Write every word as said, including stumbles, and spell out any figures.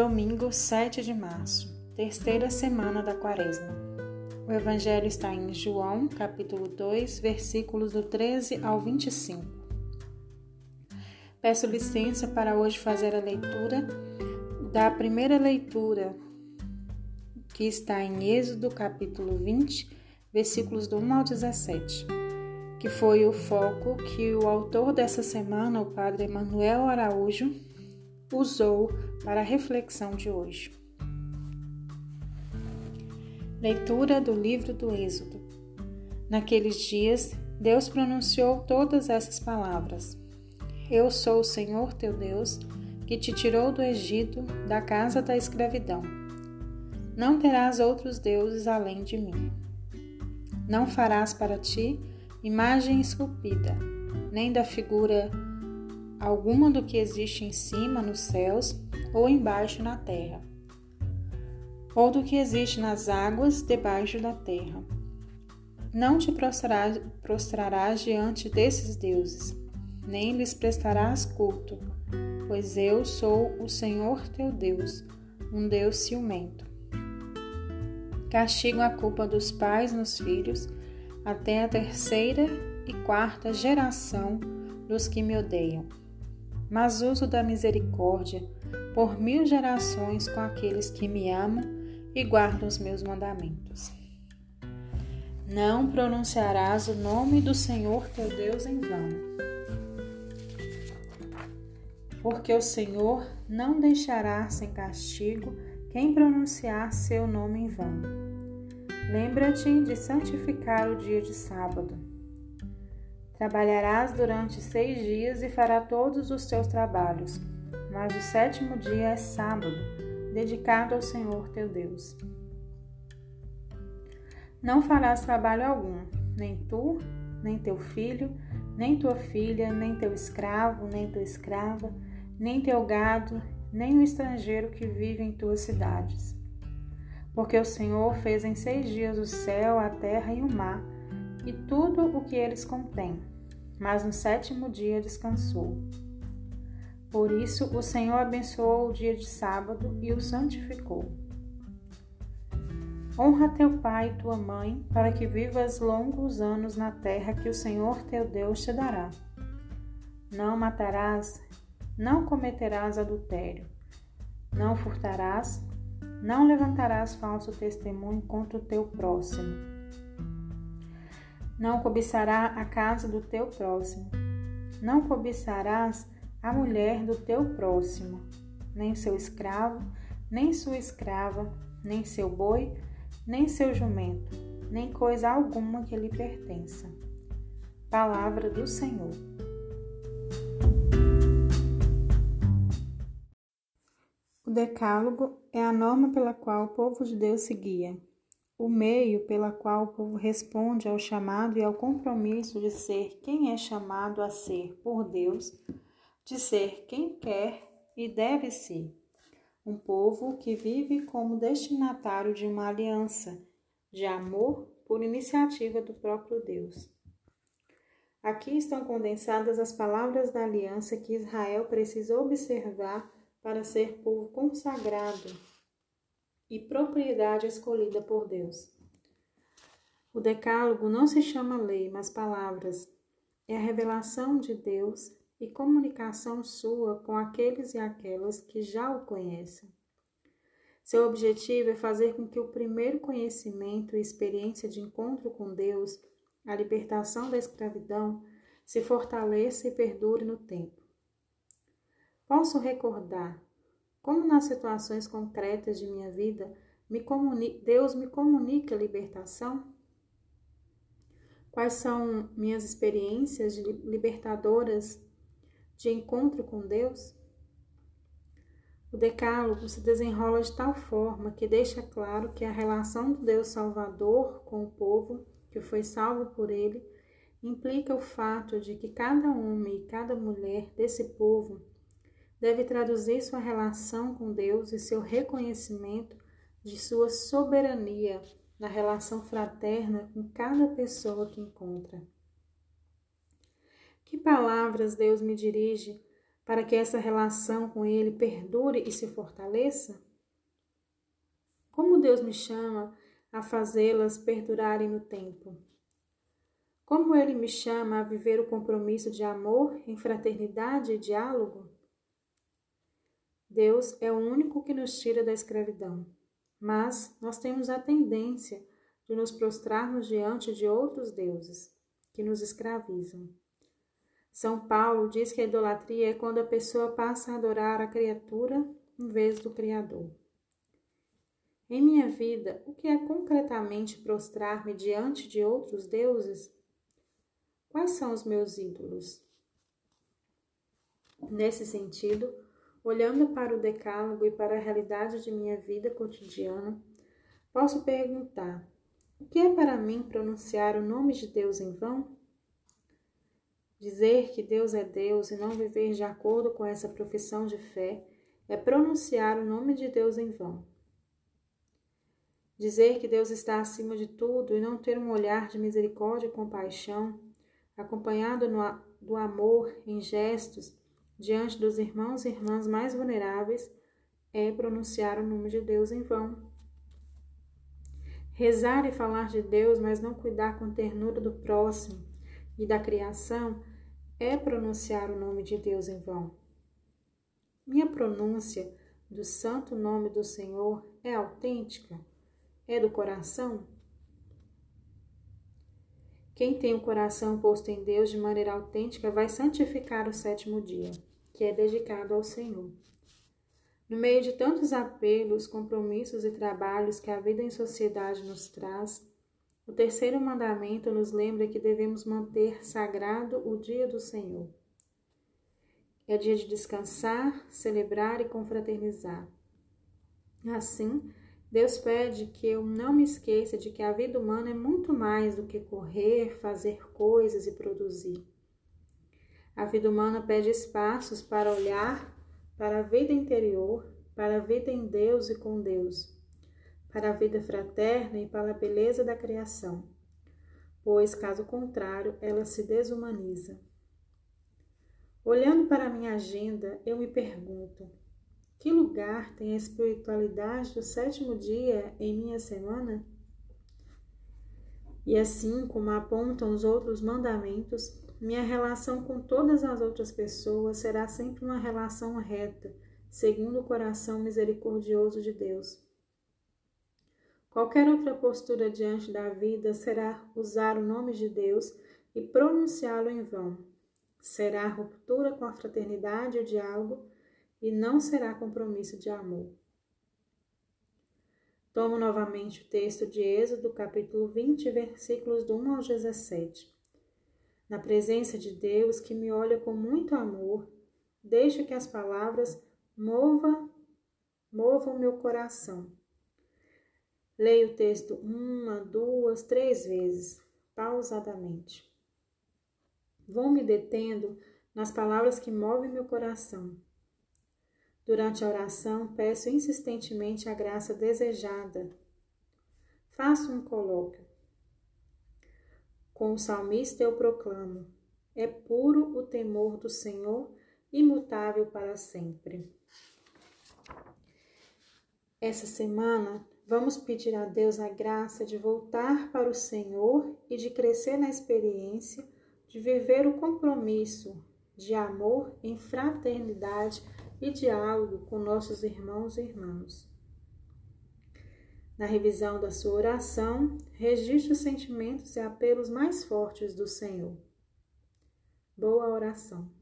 Domingo, sete de março, terceira semana da Quaresma. O Evangelho está em João, capítulo dois, versículos do treze ao vinte e cinco. Peço licença para hoje fazer a leitura da primeira leitura, que está em Êxodo, capítulo vinte, versículos do um ao dezessete, que foi o foco que o autor dessa semana, o padre Emanuel Araújo, usou para a reflexão de hoje. Leitura do livro do Êxodo. Naqueles dias, Deus pronunciou todas essas palavras. Eu sou o Senhor teu Deus, que te tirou do Egito, da casa da escravidão. Não terás outros deuses além de mim. Não farás para ti imagem esculpida, nem da figura alguma do que existe em cima nos céus ou embaixo na terra, ou do que existe nas águas debaixo da terra. Não te prostrarás, prostrarás diante desses deuses, nem lhes prestarás culto, pois eu sou o Senhor teu Deus, um Deus ciumento. Castigo a culpa dos pais nos filhos, até a terceira e quarta geração dos que me odeiam. Mas uso da misericórdia por mil gerações com aqueles que me amam e guardam os meus mandamentos. Não pronunciarás o nome do Senhor teu Deus em vão, porque o Senhor não deixará sem castigo quem pronunciar seu nome em vão. Lembra-te de santificar o dia de sábado. Trabalharás durante seis dias e farás todos os teus trabalhos, mas o sétimo dia é sábado, dedicado ao Senhor teu Deus. Não farás trabalho algum, nem tu, nem teu filho, nem tua filha, nem teu escravo, nem tua escrava, nem teu gado, nem o estrangeiro que vive em tuas cidades. Porque o Senhor fez em seis dias o céu, a terra e o mar, e tudo o que eles contêm, mas no sétimo dia descansou. Por isso o Senhor abençoou o dia de sábado e o santificou. Honra teu pai e tua mãe, para que vivas longos anos na terra que o Senhor teu Deus te dará. Não matarás, não cometerás adultério, não furtarás, não levantarás falso testemunho contra o teu próximo. Não cobiçará a casa do teu próximo. Não cobiçarás a mulher do teu próximo, nem seu escravo, nem sua escrava, nem seu boi, nem seu jumento, nem coisa alguma que lhe pertença. Palavra do Senhor. O Decálogo é a norma pela qual o povo de Deus se guia. O meio pela qual o povo responde ao chamado e ao compromisso de ser quem é chamado a ser por Deus, de ser quem quer e deve ser. Um povo que vive como destinatário de uma aliança de amor por iniciativa do próprio Deus. Aqui estão condensadas as palavras da aliança que Israel precisa observar para ser povo consagrado e propriedade escolhida por Deus. O Decálogo não se chama lei, mas palavras. É a revelação de Deus e comunicação sua com aqueles e aquelas que já o conhecem. Seu objetivo é fazer com que o primeiro conhecimento e experiência de encontro com Deus, a libertação da escravidão, se fortaleça e perdure no tempo. Posso recordar como nas situações concretas de minha vida me comuni- Deus me comunica a libertação? Quais são minhas experiências de libertadoras de encontro com Deus? O Decálogo se desenrola de tal forma que deixa claro que a relação do Deus Salvador com o povo, que foi salvo por ele, implica o fato de que cada homem e cada mulher desse povo deve traduzir sua relação com Deus e seu reconhecimento de sua soberania na relação fraterna com cada pessoa que encontra. Que palavras Deus me dirige para que essa relação com Ele perdure e se fortaleça? Como Deus me chama a fazê-las perdurarem no tempo? Como Ele me chama a viver o compromisso de amor em fraternidade e diálogo? Deus é o único que nos tira da escravidão, mas nós temos a tendência de nos prostrarmos diante de outros deuses que nos escravizam. São Paulo diz que a idolatria é quando a pessoa passa a adorar a criatura em vez do Criador. Em minha vida, o que é concretamente prostrar-me diante de outros deuses? Quais são os meus ídolos? Nesse sentido, olhando para o decálogo e para a realidade de minha vida cotidiana, posso perguntar: o que é para mim pronunciar o nome de Deus em vão? Dizer que Deus é Deus e não viver de acordo com essa profissão de fé é pronunciar o nome de Deus em vão. Dizer que Deus está acima de tudo e não ter um olhar de misericórdia e compaixão, acompanhado no, do amor em gestos diante dos irmãos e irmãs mais vulneráveis, é pronunciar o nome de Deus em vão. Rezar e falar de Deus, mas não cuidar com ternura do próximo e da criação, é pronunciar o nome de Deus em vão. Minha pronúncia do santo nome do Senhor é autêntica? É do coração? Quem tem o coração posto em Deus de maneira autêntica vai santificar o sétimo dia, que é dedicado ao Senhor. No meio de tantos apelos, compromissos e trabalhos que a vida em sociedade nos traz, o terceiro mandamento nos lembra que devemos manter sagrado o dia do Senhor. É dia de descansar, celebrar e confraternizar. Assim, Deus pede que eu não me esqueça de que a vida humana é muito mais do que correr, fazer coisas e produzir. A vida humana pede espaços para olhar para a vida interior, para a vida em Deus e com Deus, para a vida fraterna e para a beleza da criação, pois, caso contrário, ela se desumaniza. Olhando para a minha agenda, eu me pergunto: que lugar tem a espiritualidade do sétimo dia em minha semana? E assim como apontam os outros mandamentos, minha relação com todas as outras pessoas será sempre uma relação reta, segundo o coração misericordioso de Deus. Qualquer outra postura diante da vida será usar o nome de Deus e pronunciá-lo em vão. Será ruptura com a fraternidade e o diálogo e não será compromisso de amor. Tomo novamente o texto de Êxodo, capítulo vinte, versículos do um ao dezessete. Na presença de Deus, que me olha com muito amor, deixo que as palavras movam, movam meu coração. Leio o texto uma, duas, três vezes, pausadamente. Vou me detendo nas palavras que movem meu coração. Durante a oração, peço insistentemente a graça desejada. Faço um colóquio. Com o salmista eu proclamo: é puro o temor do Senhor, imutável para sempre. Essa semana, vamos pedir a Deus a graça de voltar para o Senhor e de crescer na experiência de viver o compromisso de amor em fraternidade e diálogo com nossos irmãos e irmãs. Na revisão da sua oração, registre os sentimentos e apelos mais fortes do Senhor. Boa oração.